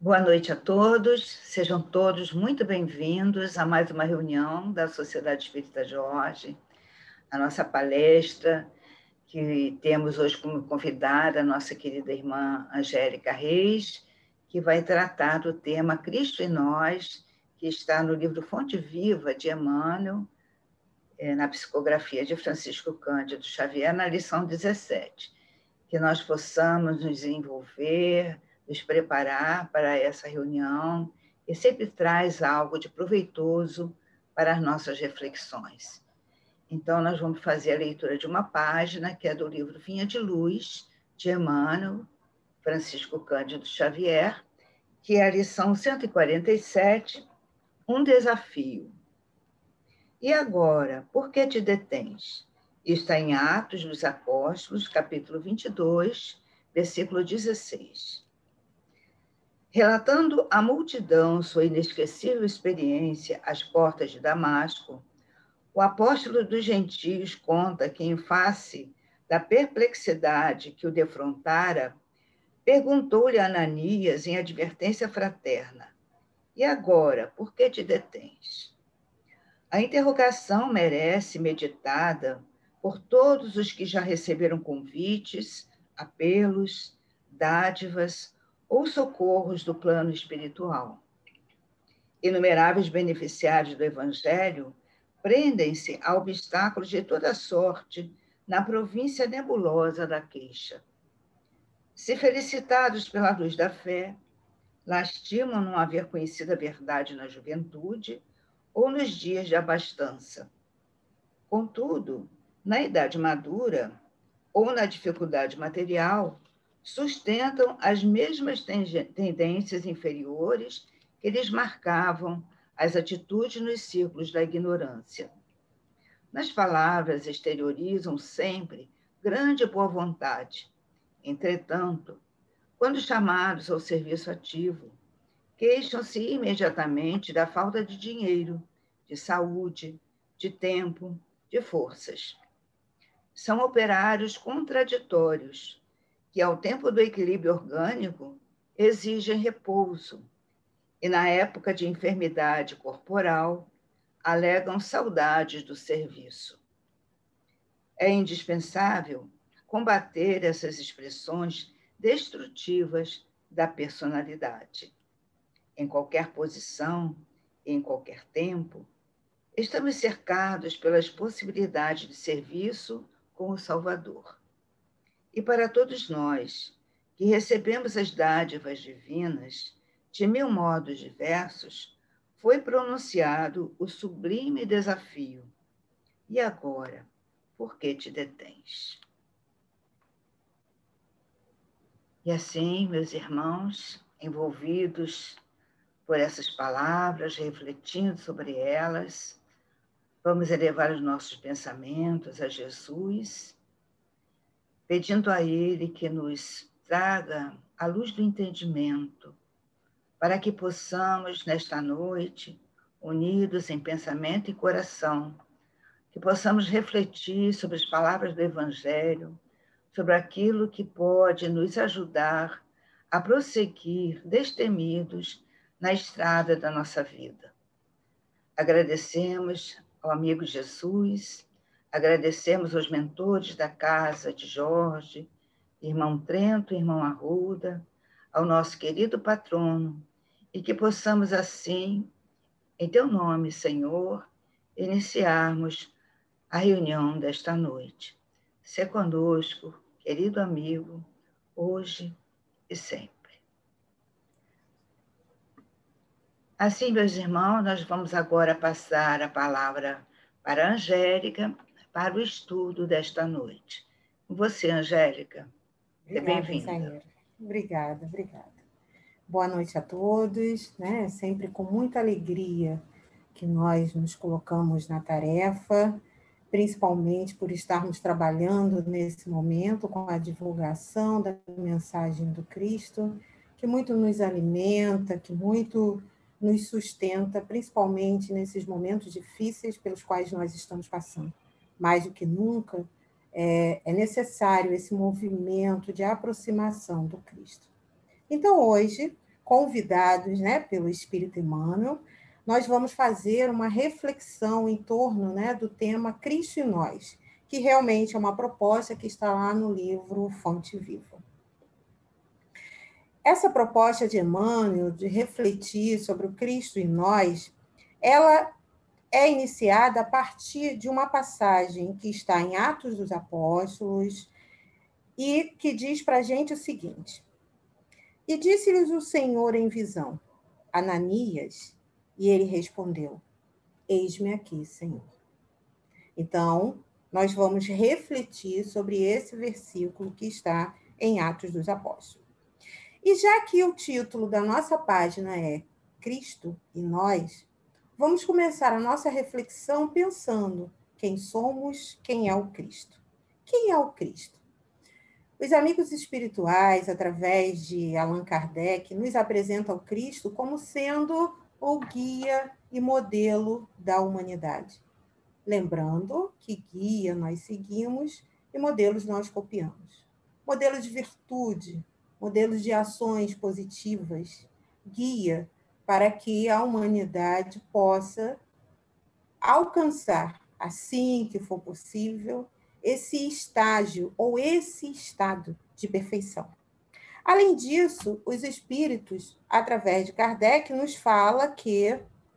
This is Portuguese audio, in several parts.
Boa noite a todos, sejam todos muito bem-vindos a mais uma reunião da Sociedade Espírita Jorge, a nossa palestra, que temos hoje como convidada a nossa querida irmã Angélica Reis, que vai tratar do tema Cristo em Nós, que está no livro Fonte Viva de Emmanuel, na psicografia de Francisco Cândido Xavier, na lição 17. Que nós possamos nos envolver, nos preparar para essa reunião, que sempre traz algo de proveitoso para as nossas reflexões. Então, nós vamos fazer a leitura de uma página, que é do livro Vinha de Luz, de Emmanuel, Francisco Cândido Xavier, que é a lição 147, um desafio. E agora, por que te detens? Está em Atos dos Apóstolos, capítulo 22, versículo 16. Relatando à multidão sua inesquecível experiência às portas de Damasco, o apóstolo dos gentios conta que, em face da perplexidade que o defrontara, perguntou-lhe Ananias em advertência fraterna: E agora, por que te detens? A interrogação merece meditada por todos os que já receberam convites, apelos, dádivas ou socorros do plano espiritual. Inumeráveis beneficiários do Evangelho prendem-se a obstáculos de toda sorte na província nebulosa da queixa. Se felicitados pela luz da fé, lastimam não haver conhecido a verdade na juventude ou nos dias de abastança. Contudo, na idade madura ou na dificuldade material, sustentam as mesmas tendências inferiores que lhes marcavam as atitudes nos círculos da ignorância. Nas palavras, exteriorizam sempre grande boa vontade. Entretanto, quando chamados ao serviço ativo, queixam-se imediatamente da falta de dinheiro, de saúde, de tempo, de forças. São operários contraditórios, que, ao tempo do equilíbrio orgânico, exigem repouso, e, na época de enfermidade corporal, alegam saudades do serviço. É indispensável combater essas expressões destrutivas da personalidade. Em qualquer posição, em qualquer tempo, estamos cercados pelas possibilidades de serviço com o Salvador. E para todos nós, que recebemos as dádivas divinas de mil modos diversos, foi pronunciado o sublime desafio. E agora, por que te detens? E assim, meus irmãos, envolvidos por essas palavras, refletindo sobre elas, vamos elevar os nossos pensamentos a Jesus, pedindo a Ele que nos traga a luz do entendimento, para que possamos, nesta noite, unidos em pensamento e coração, que possamos refletir sobre as palavras do Evangelho, sobre aquilo que pode nos ajudar a prosseguir destemidos na estrada da nossa vida. Agradecemos ao amigo Jesus, agradecemos aos mentores da casa de Jorge, irmão Trento, irmão Arruda, ao nosso querido patrono, e que possamos assim, em teu nome, Senhor, iniciarmos a reunião desta noite. Sê conosco, querido amigo, hoje e sempre. Assim, meus irmãos, nós vamos agora passar a palavra para a Angélica, para o estudo desta noite. Com você, Angélica. Seja bem-vinda. Obrigada. Boa noite a todos, né? Sempre com muita alegria que nós nos colocamos na tarefa, principalmente por estarmos trabalhando nesse momento com a divulgação da mensagem do Cristo, que muito nos alimenta, que muito nos sustenta, principalmente nesses momentos difíceis pelos quais nós estamos passando. Mais do que nunca, é necessário esse movimento de aproximação do Cristo. Então, hoje, convidados, né, pelo Espírito Emmanuel, nós vamos fazer uma reflexão em torno, né, do tema Cristo e Nós, que realmente é uma proposta que está lá no livro Fonte Viva. Essa proposta de Emmanuel de refletir sobre o Cristo em nós, ela é iniciada a partir de uma passagem que está em Atos dos Apóstolos e que diz para a gente o seguinte: e disse-lhes o Senhor em visão, Ananias, e ele respondeu, eis-me aqui, Senhor. Então, nós vamos refletir sobre esse versículo que está em Atos dos Apóstolos. E já que o título da nossa página é Cristo e Nós, vamos começar a nossa reflexão pensando quem somos, quem é o Cristo. Quem é o Cristo? Os amigos espirituais, através de Allan Kardec, nos apresentam o Cristo como sendo o guia e modelo da humanidade. Lembrando que guia nós seguimos e modelos nós copiamos. Modelos de virtude, modelos de ações positivas, guia para que a humanidade possa alcançar, assim que for possível, esse estágio ou esse estado de perfeição. Além disso, os espíritos, através de Kardec, nos fala que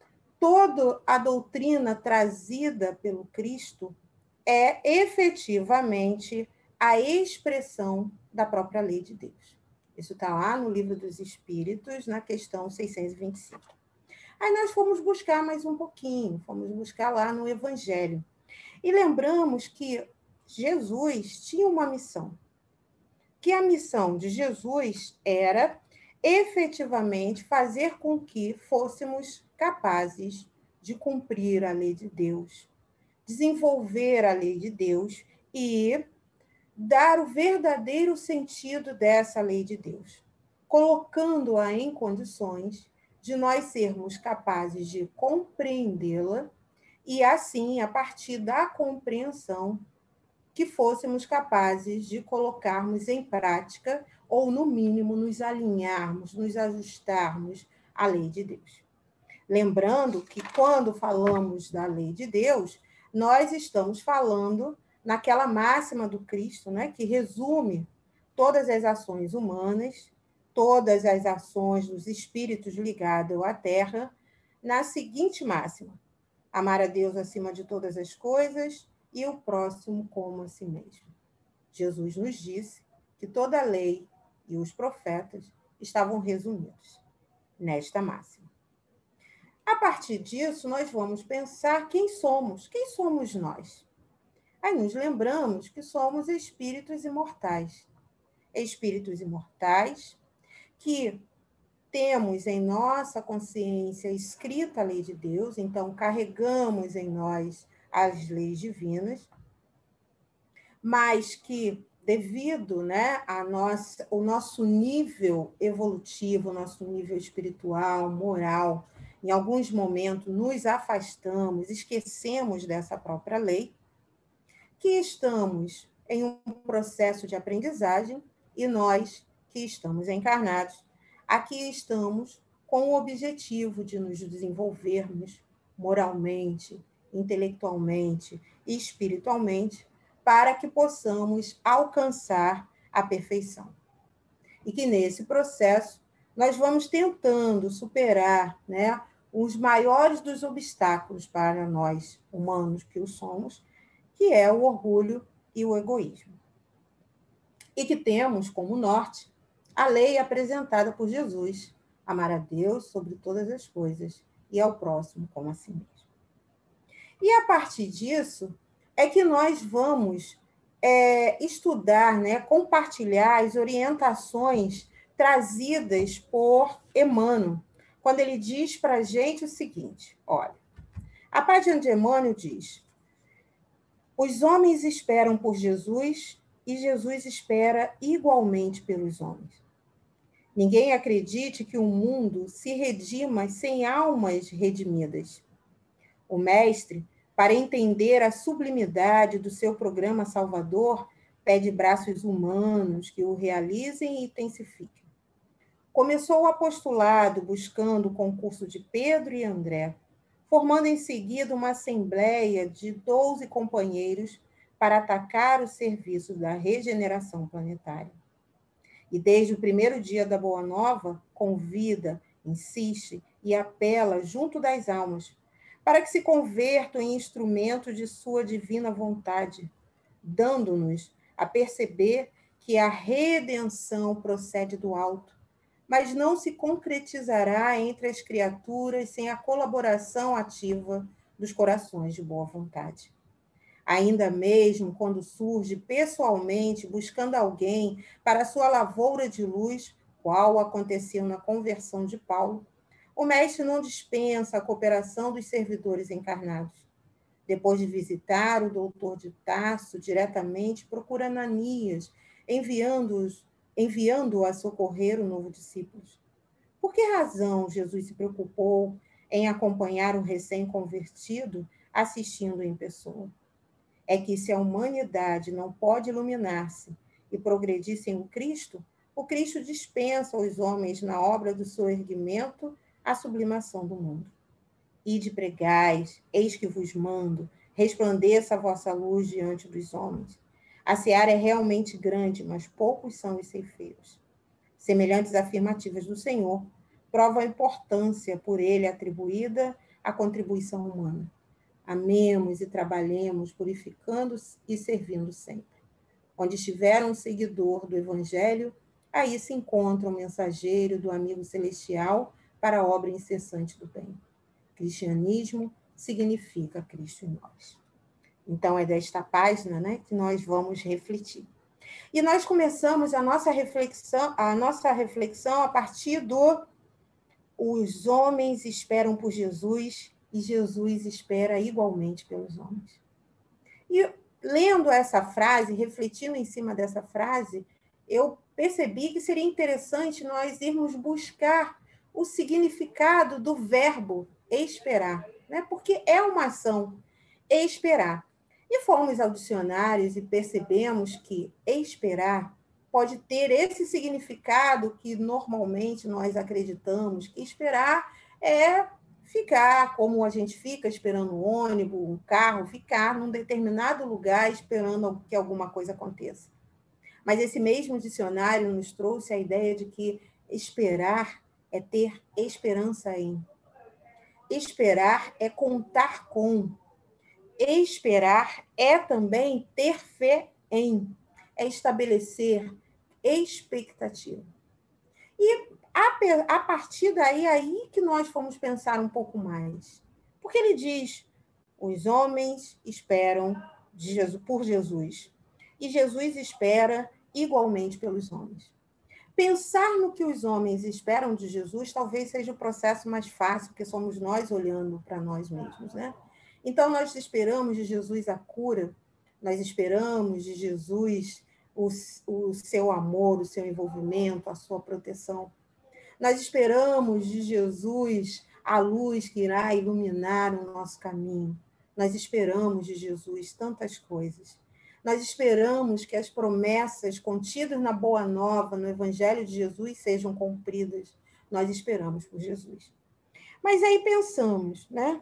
toda a doutrina trazida pelo Cristo é efetivamente a expressão da própria lei de Deus. Isso está lá no Livro dos Espíritos, na questão 625. Aí nós fomos buscar mais um pouquinho, fomos buscar lá no Evangelho. E lembramos que Jesus tinha uma missão. Que a missão de Jesus era efetivamente fazer com que fôssemos capazes de cumprir a lei de Deus, desenvolver a lei de Deus e dar o verdadeiro sentido dessa lei de Deus, colocando-a em condições de nós sermos capazes de compreendê-la e, assim, a partir da compreensão, que fôssemos capazes de colocarmos em prática ou, no mínimo, nos alinharmos, nos ajustarmos à lei de Deus. Lembrando que, quando falamos da lei de Deus, nós estamos falando naquela máxima do Cristo, né, que resume todas as ações humanas, todas as ações dos espíritos ligados à Terra, na seguinte máxima: amar a Deus acima de todas as coisas e o próximo como a si mesmo. Jesus nos disse que toda a lei e os profetas estavam resumidos nesta máxima. A partir disso, nós vamos pensar quem somos nós. Aí nos lembramos que somos espíritos imortais. Espíritos imortais que temos em nossa consciência escrita a lei de Deus, então carregamos em nós as leis divinas, mas que, devido, né, o nosso nível evolutivo, o nosso nível espiritual, moral, em alguns momentos nos afastamos, esquecemos dessa própria lei, que estamos em um processo de aprendizagem e nós, que estamos encarnados, aqui estamos com o objetivo de nos desenvolvermos moralmente, intelectualmente e espiritualmente, para que possamos alcançar a perfeição. E que nesse processo nós vamos tentando superar, né, os maiores dos obstáculos para nós, humanos que o somos, que é o orgulho e o egoísmo. E que temos como norte a lei apresentada por Jesus, amar a Deus sobre todas as coisas e ao próximo como a si mesmo. E a partir disso é que nós vamos estudar, né, compartilhar as orientações trazidas por Emmanuel, quando ele diz para a gente o seguinte, olha, a página de Emmanuel diz: os homens esperam por Jesus e Jesus espera igualmente pelos homens. Ninguém acredite que o mundo se redima sem almas redimidas. O mestre, para entender a sublimidade do seu programa salvador, pede braços humanos que o realizem e intensifiquem. Começou o apostolado buscando o concurso de Pedro e André, formando em seguida uma assembleia de 12 companheiros para atacar o serviço da regeneração planetária. E desde o primeiro dia da Boa Nova, convida, insiste e apela junto das almas, para que se convertam em instrumento de sua divina vontade, dando-nos a perceber que a redenção procede do alto, mas não se concretizará entre as criaturas sem a colaboração ativa dos corações de boa vontade. Ainda mesmo quando surge pessoalmente buscando alguém para sua lavoura de luz, qual aconteceu na conversão de Paulo, o mestre não dispensa a cooperação dos servidores encarnados. Depois de visitar o doutor de Tarso diretamente, procura Ananias, enviando-o a socorrer o novo discípulo. Por que razão Jesus se preocupou em acompanhar o recém-convertido assistindo em pessoa? É que se a humanidade não pode iluminar-se e progredir sem o Cristo dispensa aos homens na obra do seu erguimento a sublimação do mundo. Ide pregais, eis que vos mando, resplandeça a vossa luz diante dos homens. A seara é realmente grande, mas poucos são os ceifeiros. Semelhantes afirmativas do Senhor provam a importância por ele atribuída à contribuição humana. Amemos e trabalhemos, purificando e servindo sempre. Onde estiver um seguidor do Evangelho, aí se encontra um mensageiro do amigo celestial para a obra incessante do bem. Cristianismo significa Cristo em nós. Então, é desta página, né, que nós vamos refletir. E nós começamos a nossa reflexão a partir do os homens esperam por Jesus e Jesus espera igualmente pelos homens. E lendo essa frase, refletindo em cima dessa frase, eu percebi que seria interessante nós irmos buscar o significado do verbo esperar, né? Porque é uma ação, esperar. E fomos ao dicionário e percebemos que esperar pode ter esse significado que normalmente nós acreditamos, que esperar é ficar como a gente fica esperando um ônibus, um carro, ficar num determinado lugar esperando que alguma coisa aconteça. Mas esse mesmo dicionário nos trouxe a ideia de que esperar é ter esperança em. Esperar é contar com. Esperar é também ter fé em. É estabelecer expectativa. E a partir daí, aí que nós fomos pensar um pouco mais. Porque ele diz, os homens esperam por Jesus. E Jesus espera igualmente pelos homens. Pensar no que os homens esperam de Jesus talvez seja o processo mais fácil, porque somos nós olhando para nós mesmos, né? Então, nós esperamos de Jesus a cura, nós esperamos de Jesus o seu amor, o seu envolvimento, a sua proteção. Nós esperamos de Jesus a luz que irá iluminar o nosso caminho. Nós esperamos de Jesus tantas coisas. Nós esperamos que as promessas contidas na Boa Nova, no Evangelho de Jesus, sejam cumpridas. Nós esperamos por Jesus. Mas aí pensamos, né?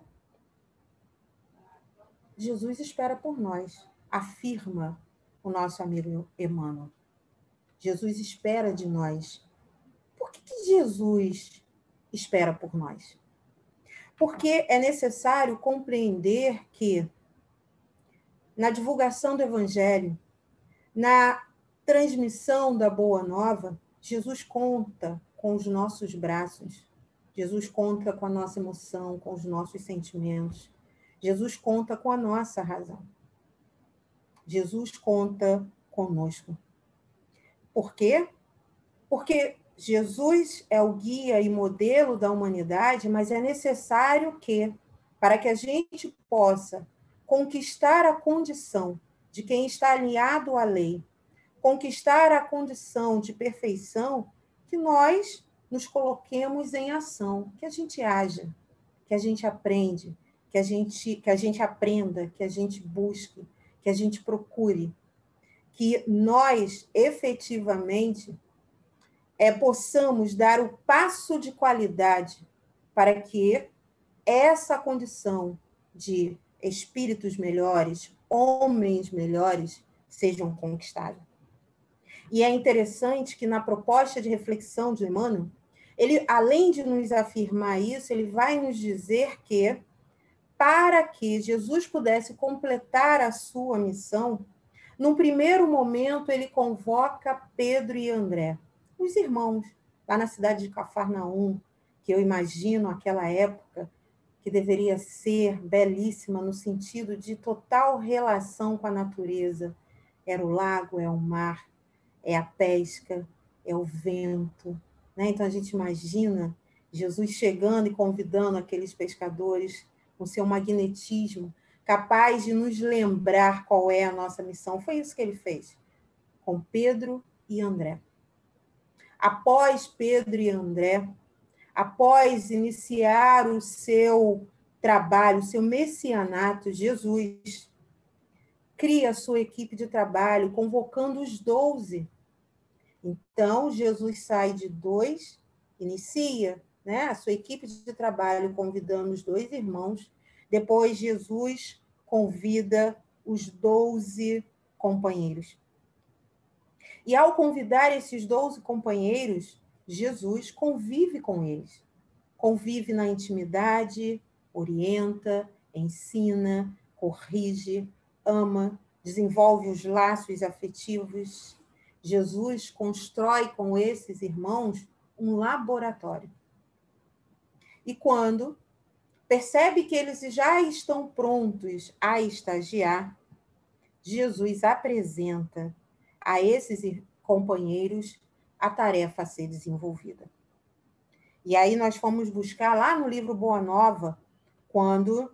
Jesus espera por nós, afirma o nosso amigo Emmanuel. Jesus espera de nós. Por que Jesus espera por nós? Porque é necessário compreender que na divulgação do Evangelho, na transmissão da Boa Nova, Jesus conta com os nossos braços, Jesus conta com a nossa emoção, com os nossos sentimentos, Jesus conta com a nossa razão. Jesus conta conosco. Por quê? Porque Jesus é o guia e modelo da humanidade, mas é necessário que, para que a gente possa conquistar a condição de quem está alinhado à lei, conquistar a condição de perfeição, que nós nos coloquemos em ação, que a gente haja, que a gente aprende, que a gente aprenda, que a gente busque, que a gente procure, que nós efetivamente possamos dar o passo de qualidade para que essa condição de espíritos melhores, homens melhores, sejam conquistados. E é interessante que na proposta de reflexão de Emmanuel, ele, além de nos afirmar isso, ele vai nos dizer que, para que Jesus pudesse completar a sua missão, num primeiro momento ele convoca Pedro e André, os irmãos, lá na cidade de Cafarnaum, que eu imagino aquela época que deveria ser belíssima no sentido de total relação com a natureza. Era o lago, é o mar, é a pesca, é o vento, né? Então a gente imagina Jesus chegando e convidando aqueles pescadores com seu magnetismo, capaz de nos lembrar qual é a nossa missão. Foi isso que ele fez com Pedro e André. Após Pedro e André, após iniciar o seu trabalho, o seu messianato, Jesus cria a sua equipe de trabalho, convocando os 12. Então, Jesus sai de 2, inicia, né, a sua equipe de trabalho, convidando os 2 irmãos. Depois, Jesus convida os 12 companheiros. E, ao convidar esses 12 companheiros, Jesus convive com eles. Convive na intimidade, orienta, ensina, corrige, ama, desenvolve os laços afetivos. Jesus constrói com esses irmãos um laboratório. E quando percebe que eles já estão prontos a estagiar, Jesus apresenta a esses companheiros a tarefa a ser desenvolvida. E aí nós fomos buscar lá no livro Boa Nova, quando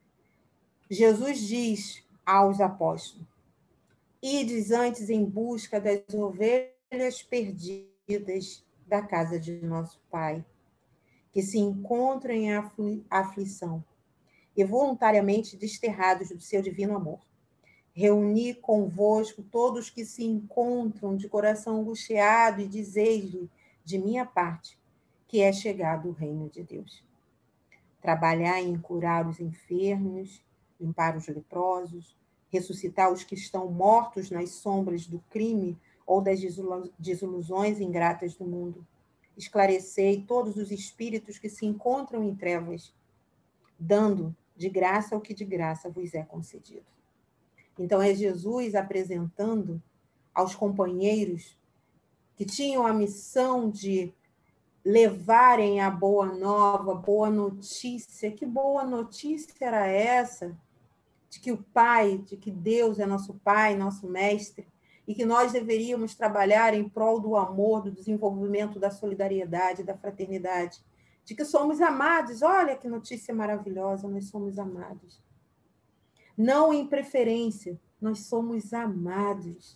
Jesus diz aos apóstolos: ides antes em busca das ovelhas perdidas da casa de nosso Pai, que se encontram em aflição e voluntariamente desterrados do seu divino amor. Reuni convosco todos que se encontram de coração angustiado e dizei-lhe, de minha parte, que é chegado o reino de Deus. Trabalhar em curar os enfermos, limpar os leprosos, ressuscitar os que estão mortos nas sombras do crime ou das desilusões ingratas do mundo. Esclarecei todos os espíritos que se encontram em trevas, dando de graça o que de graça vos é concedido. Então, é Jesus apresentando aos companheiros que tinham a missão de levarem a boa nova, boa notícia. Que boa notícia era essa? De que o Pai, de que Deus é nosso Pai, nosso Mestre, e que nós deveríamos trabalhar em prol do amor, do desenvolvimento da solidariedade, da fraternidade, de que somos amados. Olha que notícia maravilhosa, nós somos amados. Não em preferência, nós somos amados.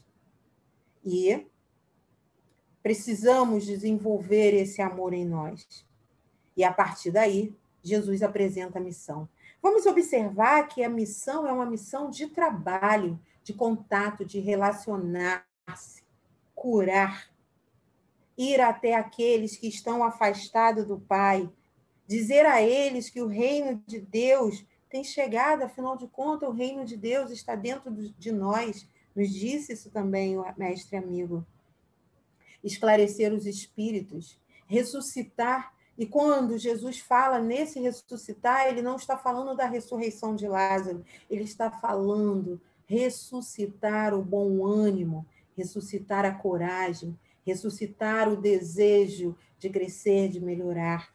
E precisamos desenvolver esse amor em nós. E, a partir daí, Jesus apresenta a missão. Vamos observar que a missão é uma missão de trabalho, de contato, de relacionar-se, curar, ir até aqueles que estão afastados do Pai, dizer a eles que o reino de Deus tem chegado, afinal de contas, o reino de Deus está dentro de nós. Nos disse isso também o mestre amigo. Esclarecer os espíritos, ressuscitar. E quando Jesus fala nesse ressuscitar, ele não está falando da ressurreição de Lázaro, ele está falando ressuscitar o bom ânimo, ressuscitar a coragem, ressuscitar o desejo de crescer, de melhorar.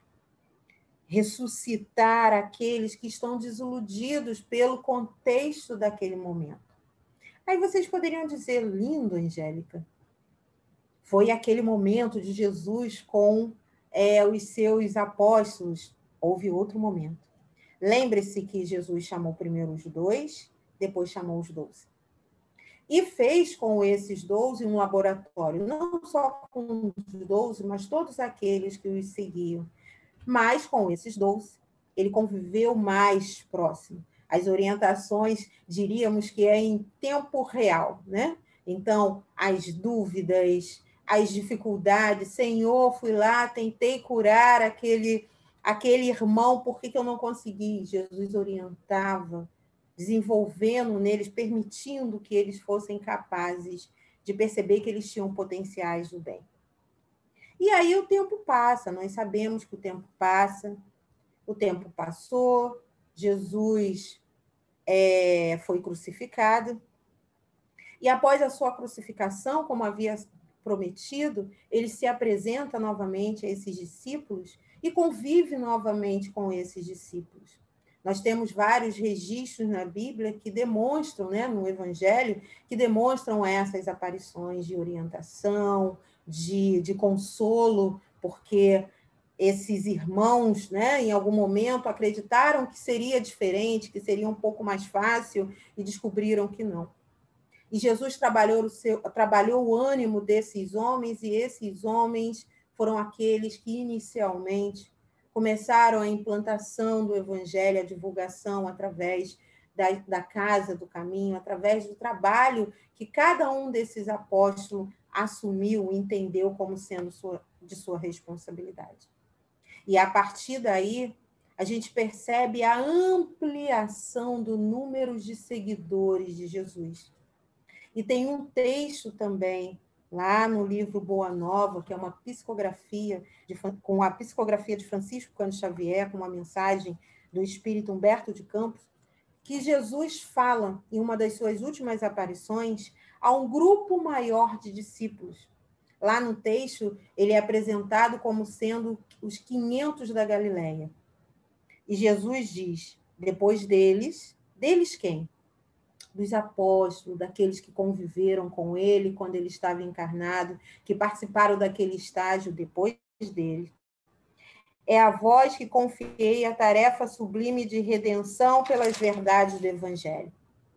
Ressuscitar aqueles que estão desiludidos pelo contexto daquele momento. Aí vocês poderiam dizer, lindo, Angélica, foi aquele momento de Jesus com os seus apóstolos. Houve outro momento. Lembre-se que Jesus chamou primeiro os 2, depois chamou os 12. E fez com esses 12 um laboratório, não só com os 12, mas todos aqueles que os seguiam. Mas com esses 12, ele conviveu mais próximo. As orientações, diríamos que é em tempo real, né? Então, as dúvidas, as dificuldades. Senhor, fui lá, tentei curar aquele irmão, por que eu não consegui? Jesus orientava, desenvolvendo neles, permitindo que eles fossem capazes de perceber que eles tinham potenciais do bem. E aí o tempo passa, nós sabemos que o tempo passa, o tempo passou, Jesus foi crucificado, e após a sua crucificação, como havia prometido, ele se apresenta novamente a esses discípulos e convive novamente com esses discípulos. Nós temos vários registros na Bíblia que demonstram, né, no Evangelho, que demonstram essas aparições de orientação, de consolo, porque esses irmãos, né, em algum momento acreditaram que seria diferente, que seria um pouco mais fácil, e descobriram que não. E Jesus trabalhou o ânimo desses homens, e esses homens foram aqueles que inicialmente começaram a implantação do evangelho, a divulgação através da casa do caminho, através do trabalho que cada um desses apóstolos assumiu, entendeu como sendo de sua responsabilidade. E a partir daí, a gente percebe a ampliação do número de seguidores de Jesus. E tem um texto também, lá no livro Boa Nova, que é uma psicografia, com a psicografia de Francisco Cândido Xavier, com uma mensagem do espírito Humberto de Campos, que Jesus fala, em uma das suas últimas aparições, a um grupo maior de discípulos. Lá no texto, ele é apresentado como sendo os 500 da Galileia. E Jesus diz, depois deles quem? Dos apóstolos, daqueles que conviveram com ele quando ele estava encarnado, que participaram daquele estágio depois dele. É a vós que confiei a tarefa sublime de redenção pelas verdades do Evangelho.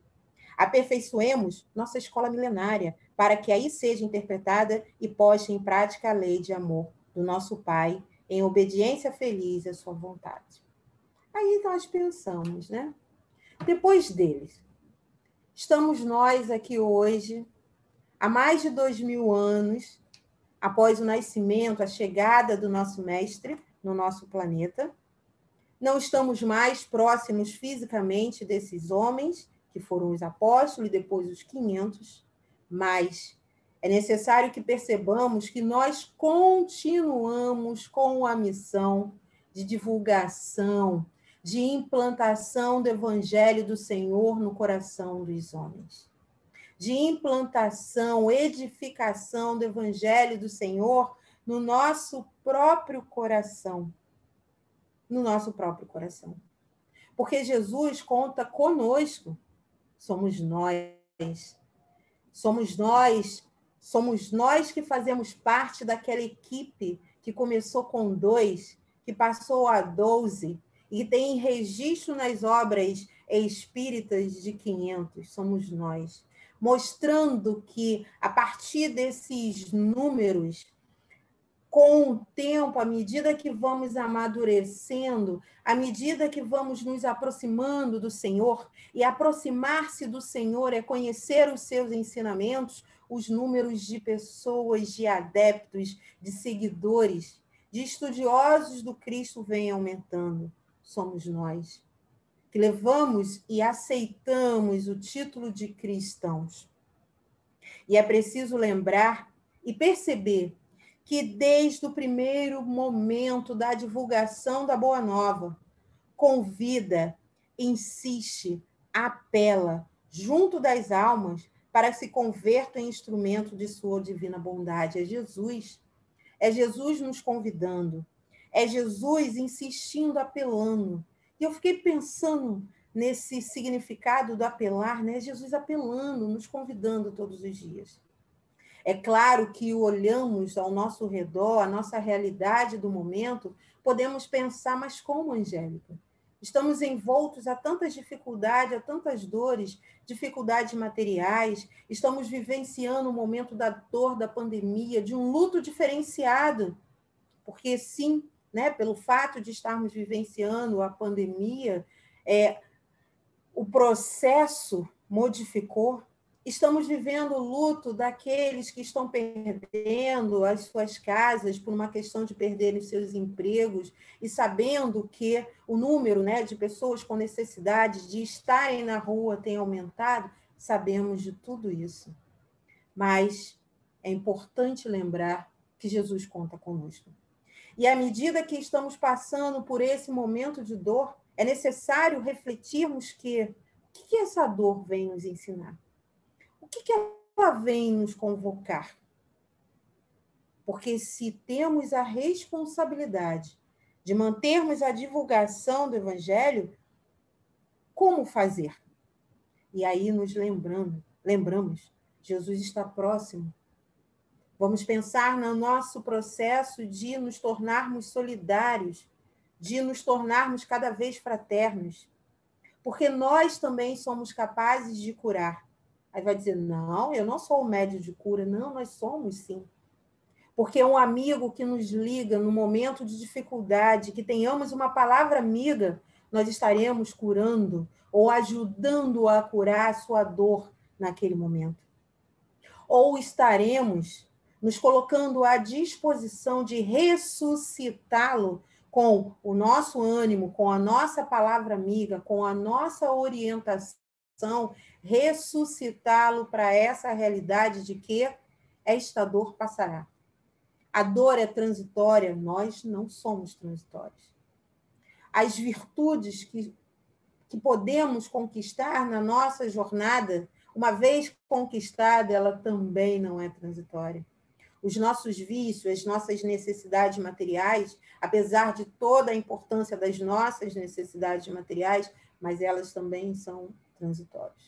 Aperfeiçoemos nossa escola milenária, para que aí seja interpretada e posta em prática a lei de amor do nosso Pai, em obediência feliz à sua vontade. Aí nós pensamos, né? Depois deles, estamos nós aqui hoje, há mais de 2000 anos, após o nascimento, a chegada do nosso mestre no nosso planeta. Não estamos mais próximos fisicamente desses homens, que foram os apóstolos e depois os 500, mas é necessário que percebamos que nós continuamos com a missão de divulgação, de implantação do Evangelho do Senhor no coração dos homens. De implantação, edificação do Evangelho do Senhor no nosso próprio coração. No nosso próprio coração. Porque Jesus conta conosco. Somos nós. Somos nós que fazemos parte daquela equipe que começou com 2, que passou a 12, e tem registro nas obras espíritas de 500. Somos nós. Mostrando que, a partir desses números, com o tempo, à medida que vamos amadurecendo, à medida que vamos nos aproximando do Senhor, e aproximar-se do Senhor é conhecer os seus ensinamentos, os números de pessoas, de adeptos, de seguidores, de estudiosos do Cristo vem aumentando. Somos nós, que levamos e aceitamos o título de cristãos. E é preciso lembrar e perceber que desde o primeiro momento da divulgação da Boa Nova, convida, insiste, apela, junto das almas, para que se convertam em instrumento de sua divina bondade. É Jesus nos convidando, é Jesus insistindo, apelando. E eu fiquei pensando nesse significado do apelar, né? Jesus apelando, nos convidando todos os dias. É claro que olhamos ao nosso redor, a nossa realidade do momento, podemos pensar, mas como, Angélica? Estamos envoltos a tantas dificuldades, a tantas dores, dificuldades materiais, estamos vivenciando o momento da dor, da pandemia, de um luto diferenciado, porque sim, né, pelo fato de estarmos vivenciando a pandemia, o processo modificou, Estamos vivendo o luto daqueles que estão perdendo as suas casas por uma questão de perderem seus empregos e sabendo que o número, né, de pessoas com necessidade de estarem na rua tem aumentado. Sabemos de tudo isso. Mas é importante lembrar que Jesus conta conosco. E à medida que estamos passando por esse momento de dor, é necessário refletirmos que o que essa dor vem nos ensinar? O que ela vem nos convocar? Porque se temos a responsabilidade de mantermos a divulgação do Evangelho, como fazer? E aí nos lembramos, Jesus está próximo. Vamos pensar no nosso processo de nos tornarmos solidários, de nos tornarmos cada vez fraternos, porque nós também somos capazes de curar. Aí vai dizer, não, eu não sou o médium de cura. Não, nós somos sim. Porque um amigo que nos liga no momento de dificuldade, que tenhamos uma palavra amiga, nós estaremos curando ou ajudando a curar a sua dor naquele momento. Ou estaremos nos colocando à disposição de ressuscitá-lo com o nosso ânimo, com a nossa palavra amiga, com a nossa orientação, ressuscitá-lo para essa realidade de que esta dor passará. A dor é transitória, nós não somos transitórios. As virtudes que podemos conquistar na nossa jornada, uma vez conquistada, ela também não é transitória. Os nossos vícios, as nossas necessidades materiais, apesar de toda a importância das nossas necessidades materiais, mas elas também são transitórias.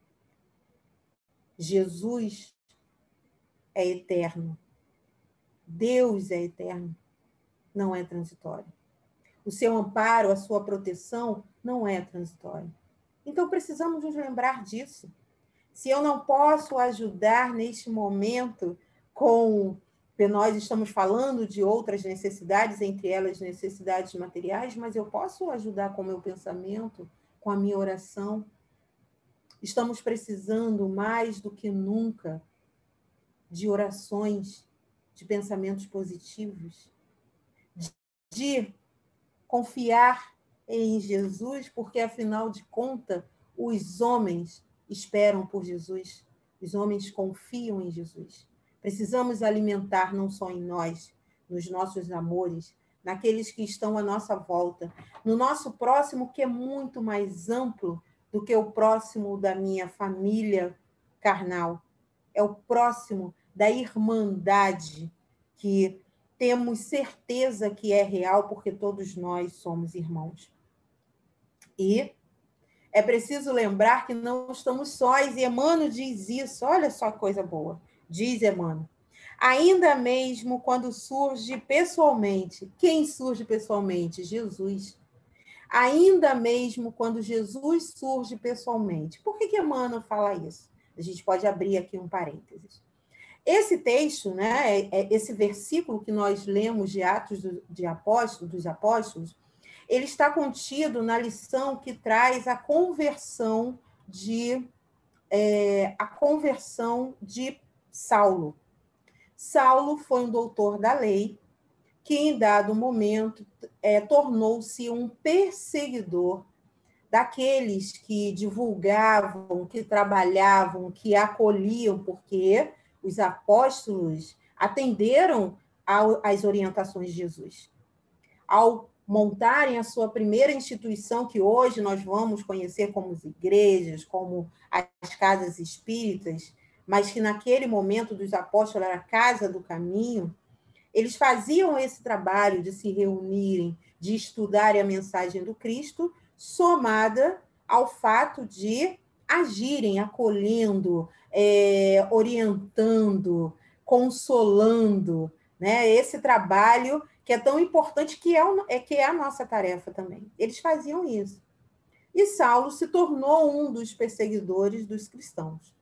Jesus é eterno. Deus é eterno. Não é transitório. O seu amparo, a sua proteção não é transitório. Então, precisamos nos lembrar disso. Se eu não posso ajudar neste momento com... Nós estamos falando de outras necessidades, entre elas necessidades materiais, mas eu posso ajudar com o meu pensamento, com a minha oração. Estamos precisando, mais do que nunca, de orações, de pensamentos positivos, de confiar em Jesus, porque, afinal de contas, os homens esperam por Jesus, os homens confiam em Jesus. Precisamos alimentar não só em nós, nos nossos amores, naqueles que estão à nossa volta, no nosso próximo, que é muito mais amplo do que o próximo da minha família carnal. É o próximo da irmandade que temos certeza que é real, porque todos nós somos irmãos. E é preciso lembrar que não estamos sós, e Emmanuel diz isso, olha só que coisa boa, diz Emmanuel. Ainda mesmo quando surge pessoalmente, quem surge pessoalmente? Jesus. Ainda mesmo quando Jesus surge pessoalmente. Por que Emmanuel fala isso? A gente pode abrir aqui um parênteses. Esse texto, né, esse versículo que nós lemos de Atos dos Apóstolos, ele está contido na lição que traz a conversão de Saulo. Saulo foi um doutor da lei que, em dado momento, tornou-se um perseguidor daqueles que divulgavam, que trabalhavam, que acolhiam, porque os apóstolos atenderam às orientações de Jesus. Ao montarem a sua primeira instituição, que hoje nós vamos conhecer como as igrejas, como as casas espíritas, mas que naquele momento dos apóstolos era a casa do caminho, eles faziam esse trabalho de se reunirem, de estudarem a mensagem do Cristo, somada ao fato de agirem, acolhendo, orientando, consolando, né? Esse trabalho que é tão importante, que é a nossa tarefa também. Eles faziam isso. E Saulo se tornou um dos perseguidores dos cristãos.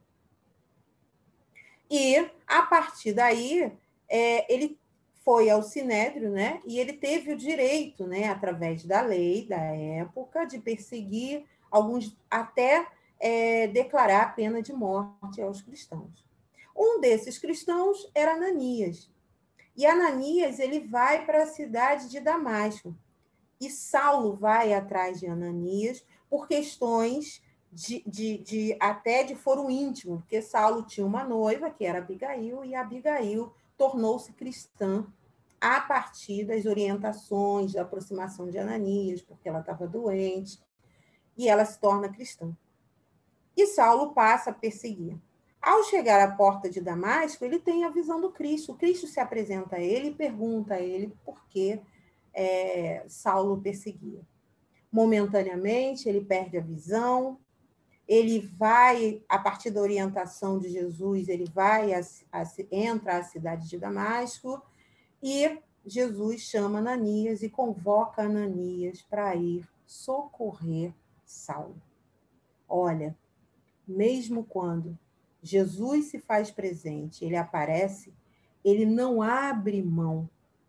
E, a partir daí, ele foi ao Sinédrio, né? E ele teve o direito, né, através da lei da época, de perseguir alguns, até declarar a pena de morte aos cristãos. Um desses cristãos era Ananias. E Ananias ele vai para a cidade de Damasco. E Saulo vai atrás de Ananias por questões até de foro íntimo, porque Saulo tinha uma noiva, que era Abigail, e Abigail tornou-se cristã a partir das orientações, da aproximação de Ananias, porque ela estava doente, e ela se torna cristã. E Saulo passa a perseguir. Ao chegar à porta de Damasco, ele tem a visão do Cristo. O Cristo se apresenta a ele e pergunta a ele por que Saulo perseguia. Momentaneamente, ele perde a visão, ele vai, a partir da orientação de Jesus, ele vai, entra à cidade de Damasco, e Jesus chama Ananias e convoca Ananias para ir socorrer Saulo. Olha, mesmo quando Jesus se faz presente, ele aparece, ele não abre mão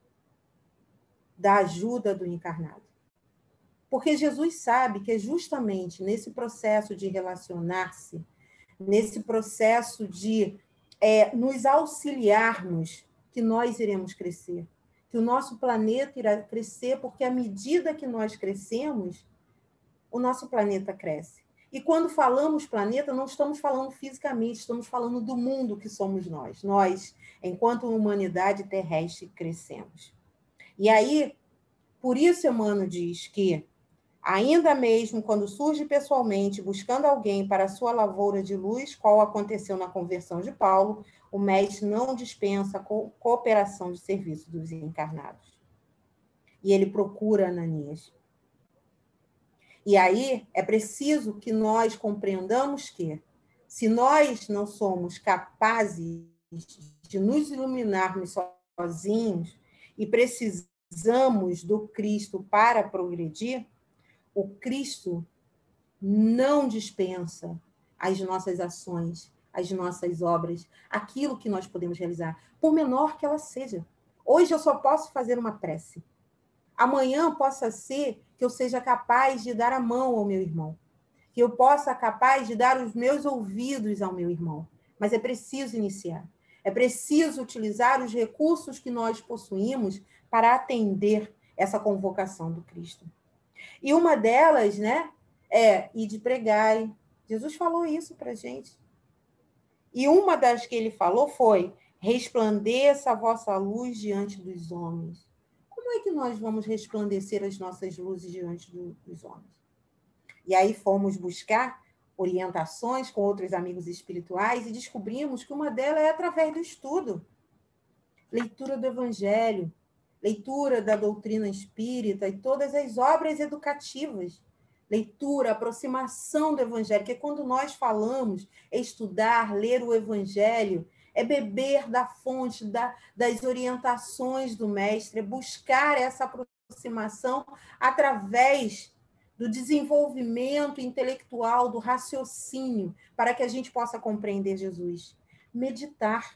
da ajuda do encarnado. Porque Jesus sabe que é justamente nesse processo de relacionar-se, nesse processo de nos auxiliarmos, que nós iremos crescer. Que o nosso planeta irá crescer, porque à medida que nós crescemos, o nosso planeta cresce. E quando falamos planeta, não estamos falando fisicamente, estamos falando do mundo que somos nós. Nós, enquanto humanidade terrestre, crescemos. E aí, por isso Emmanuel diz que, ainda mesmo quando surge pessoalmente, buscando alguém para a sua lavoura de luz, qual aconteceu na conversão de Paulo, o mestre não dispensa a cooperação de serviço dos encarnados. E ele procura Ananias. E aí é preciso que nós compreendamos que, se nós não somos capazes de nos iluminarmos sozinhos e precisamos do Cristo para progredir, o Cristo não dispensa as nossas ações, as nossas obras, aquilo que nós podemos realizar, por menor que ela seja. Hoje eu só posso fazer uma prece. Amanhã possa ser que eu seja capaz de dar a mão ao meu irmão, que eu possa capaz de dar os meus ouvidos ao meu irmão. Mas é preciso iniciar. É preciso utilizar os recursos que nós possuímos para atender essa convocação do Cristo. E uma delas, né, ide pregai. Jesus falou isso para a gente. E uma das que ele falou foi: resplandeça a vossa luz diante dos homens. Como é que nós vamos resplandecer as nossas luzes diante dos homens? E aí fomos buscar orientações com outros amigos espirituais e descobrimos que uma delas é através do estudo. Leitura do Evangelho, leitura da doutrina espírita e todas as obras educativas. Leitura, aproximação do Evangelho, que quando nós falamos estudar, ler o Evangelho, é beber da fonte, das orientações do mestre, é buscar essa aproximação através do desenvolvimento intelectual, do raciocínio, para que a gente possa compreender Jesus. Meditar.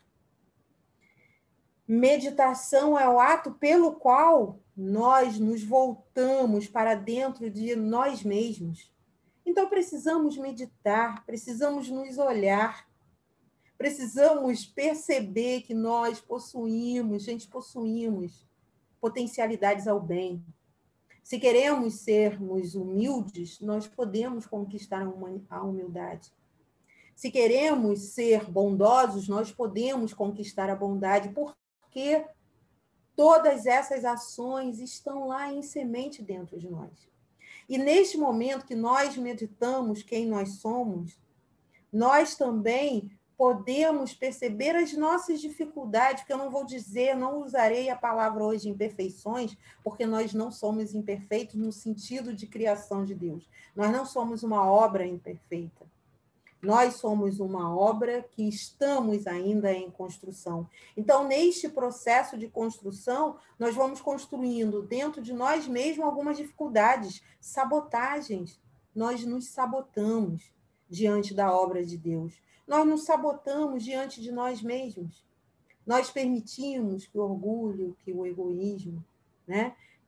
Meditação é o ato pelo qual nós nos voltamos para dentro de nós mesmos. Então, precisamos meditar, precisamos nos olhar, precisamos perceber que nós possuímos potencialidades ao bem. Se queremos sermos humildes, nós podemos conquistar a humildade. Se queremos ser bondosos, nós podemos conquistar a bondade, porque todas essas ações estão lá em semente dentro de nós. E neste momento que nós meditamos quem nós somos, nós também podemos perceber as nossas dificuldades, porque eu não vou dizer, não usarei a palavra hoje imperfeições, porque nós não somos imperfeitos no sentido de criação de Deus. Nós não somos uma obra imperfeita. Nós somos uma obra que estamos ainda em construção. Então, neste processo de construção, nós vamos construindo dentro de nós mesmos algumas dificuldades, sabotagens. Nós nos sabotamos diante da obra de Deus. Nós nos sabotamos diante de nós mesmos. Nós permitimos que o orgulho, que o egoísmo, né,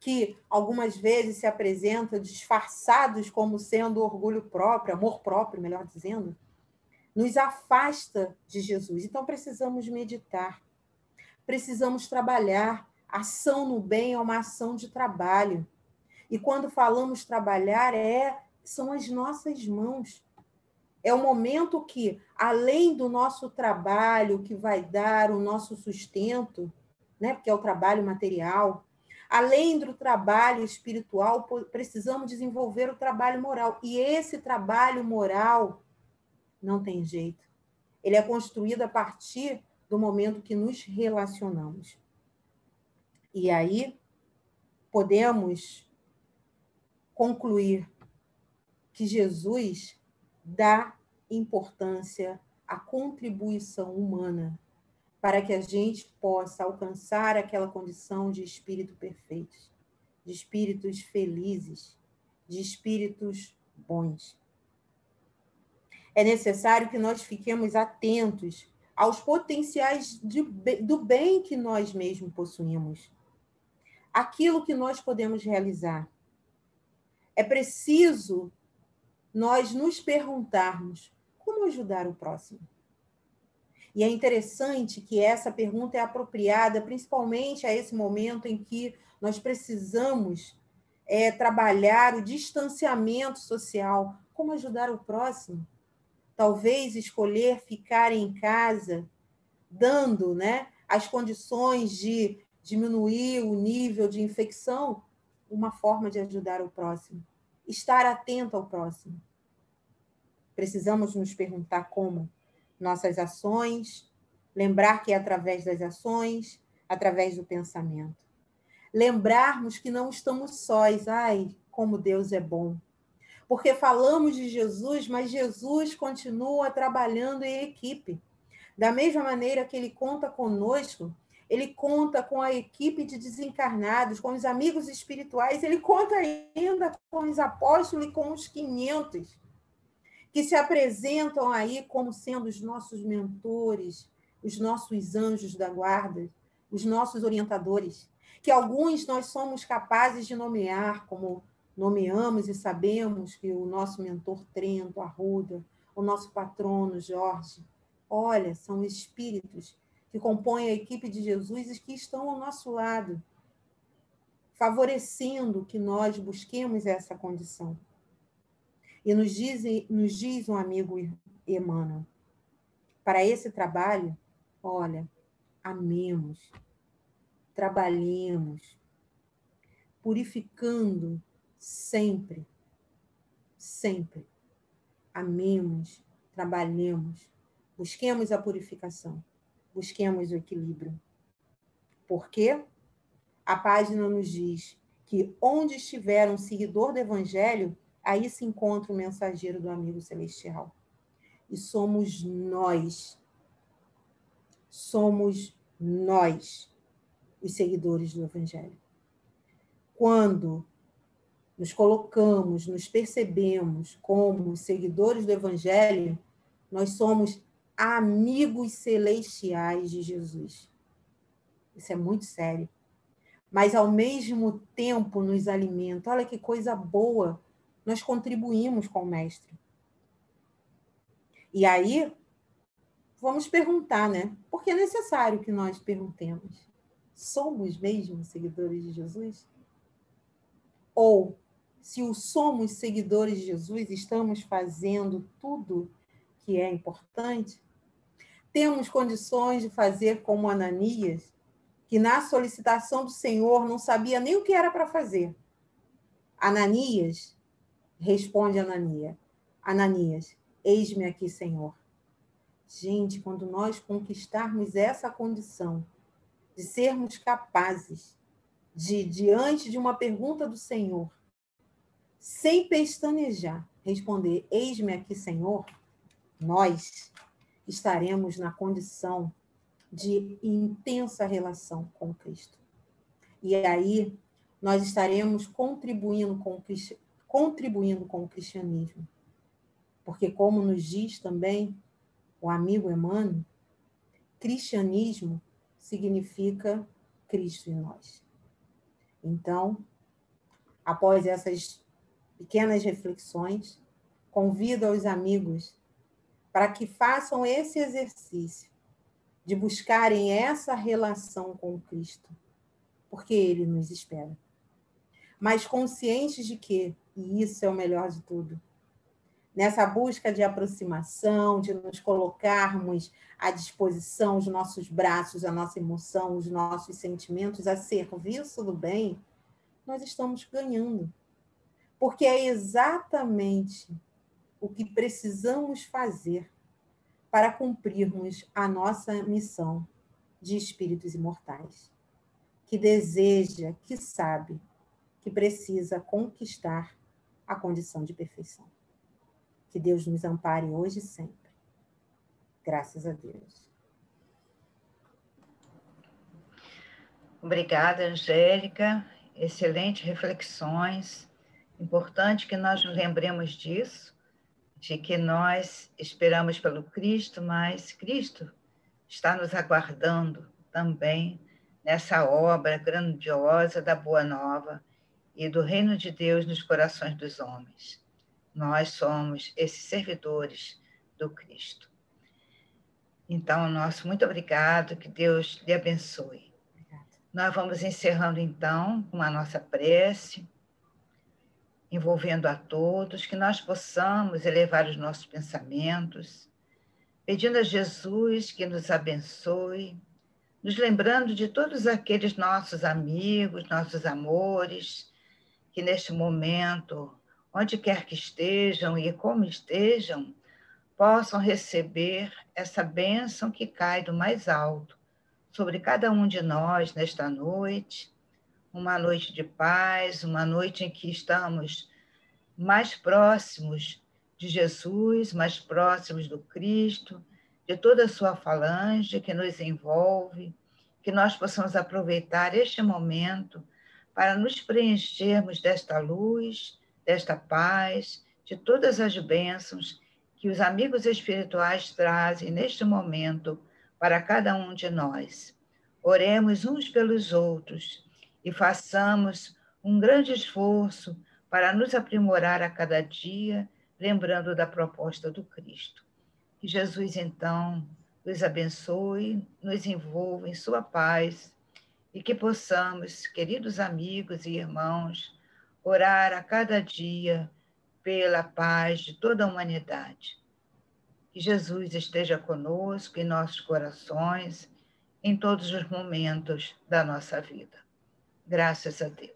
que algumas vezes se apresentam disfarçados como sendo orgulho próprio, amor próprio, melhor dizendo, nos afasta de Jesus. Então, precisamos meditar, precisamos trabalhar. Ação no bem é uma ação de trabalho. E quando falamos trabalhar, são as nossas mãos. É o momento que, além do nosso trabalho, que vai dar o nosso sustento, né, porque é o trabalho material, além do trabalho espiritual, precisamos desenvolver o trabalho moral. E esse trabalho moral não tem jeito. Ele é construído a partir do momento que nos relacionamos. E aí podemos concluir que Jesus dá importância à contribuição humana para que a gente possa alcançar aquela condição de espírito perfeito, de espíritos felizes, de espíritos bons. É necessário que nós fiquemos atentos aos potenciais do bem que nós mesmos possuímos, aquilo que nós podemos realizar. É preciso nós nos perguntarmos como ajudar o próximo. E é interessante que essa pergunta é apropriada principalmente a esse momento em que nós precisamos trabalhar o distanciamento social. Como ajudar o próximo? Talvez escolher ficar em casa, dando, né, as condições de diminuir o nível de infecção, uma forma de ajudar o próximo. Estar atento ao próximo. Precisamos nos perguntar como. Nossas ações, lembrar que é através das ações, através do pensamento. Lembrarmos que não estamos sós. Ai, como Deus é bom. Porque falamos de Jesus, mas Jesus continua trabalhando em equipe. Da mesma maneira que ele conta conosco, ele conta com a equipe de desencarnados, com os amigos espirituais, ele conta ainda com os apóstolos e com os 500, que se apresentam aí como sendo os nossos mentores, os nossos anjos da guarda, os nossos orientadores, que alguns nós somos capazes de nomear, como nomeamos e sabemos que o nosso mentor Trento, Arruda, o nosso patrono Jorge, olha, são espíritos que compõem a equipe de Jesus e que estão ao nosso lado, favorecendo que nós busquemos essa condição. E nos diz um amigo Emmanuel, para esse trabalho, olha, amemos, trabalhemos, purificando sempre, sempre. Amemos, trabalhemos, busquemos a purificação, busquemos o equilíbrio. Porque a página nos diz que onde estiver um seguidor do Evangelho, aí se encontra o mensageiro do amigo celestial. E somos nós, os seguidores do Evangelho. Quando nos colocamos, nos percebemos como seguidores do Evangelho, nós somos amigos celestiais de Jesus. Isso é muito sério. Mas, ao mesmo tempo, nos alimenta. Olha que coisa boa. Nós contribuímos com o Mestre. E aí, vamos perguntar, né? Porque é necessário que nós perguntemos. Somos mesmo seguidores de Jesus? Ou, se o somos seguidores de Jesus, estamos fazendo tudo que é importante? Temos condições de fazer como Ananias, que na solicitação do Senhor não sabia nem o que era para fazer. Ananias, responde Ananias, eis-me aqui, Senhor. Gente, quando nós conquistarmos essa condição de sermos capazes de, diante de uma pergunta do Senhor, sem pestanejar, responder, eis-me aqui, Senhor, nós estaremos na condição de intensa relação com Cristo. E aí nós estaremos contribuindo com o cristianismo. Porque, como nos diz também o amigo Emmanuel, cristianismo significa Cristo em nós. Então, após essas pequenas reflexões, convido os amigos para que façam esse exercício de buscarem essa relação com Cristo, porque Ele nos espera. Mas conscientes de que, e isso é o melhor de tudo, nessa busca de aproximação, de nos colocarmos à disposição, os nossos braços, a nossa emoção, os nossos sentimentos a serviço do bem, nós estamos ganhando. Porque é exatamente o que precisamos fazer para cumprirmos a nossa missão de espíritos imortais, que deseja, que sabe, que precisa conquistar a condição de perfeição. Que Deus nos ampare hoje e sempre. Graças a Deus. Obrigada, Angélica. Excelentes reflexões. Importante que nós nos lembremos disso, de que nós esperamos pelo Cristo, mas Cristo está nos aguardando também nessa obra grandiosa da Boa Nova e do Reino de Deus nos corações dos homens. Nós somos esses servidores do Cristo. Então, nosso muito obrigado, que Deus lhe abençoe. Nós vamos encerrando, então, com a nossa prece, envolvendo a todos, que nós possamos elevar os nossos pensamentos, pedindo a Jesus que nos abençoe, nos lembrando de todos aqueles nossos amigos, nossos amores, que neste momento, onde quer que estejam e como estejam, possam receber essa bênção que cai do mais alto sobre cada um de nós nesta noite, uma noite de paz, uma noite em que estamos mais próximos de Jesus, mais próximos do Cristo, de toda a sua falange que nos envolve, que nós possamos aproveitar este momento para nos preenchermos desta luz, desta paz, de todas as bênçãos que os amigos espirituais trazem neste momento para cada um de nós. Oremos uns pelos outros e façamos um grande esforço para nos aprimorar a cada dia, lembrando da proposta do Cristo. Que Jesus, então, nos abençoe, nos envolva em sua paz e que possamos, queridos amigos e irmãos, orar a cada dia pela paz de toda a humanidade. Que Jesus esteja conosco em nossos corações, em todos os momentos da nossa vida. Graças a Deus.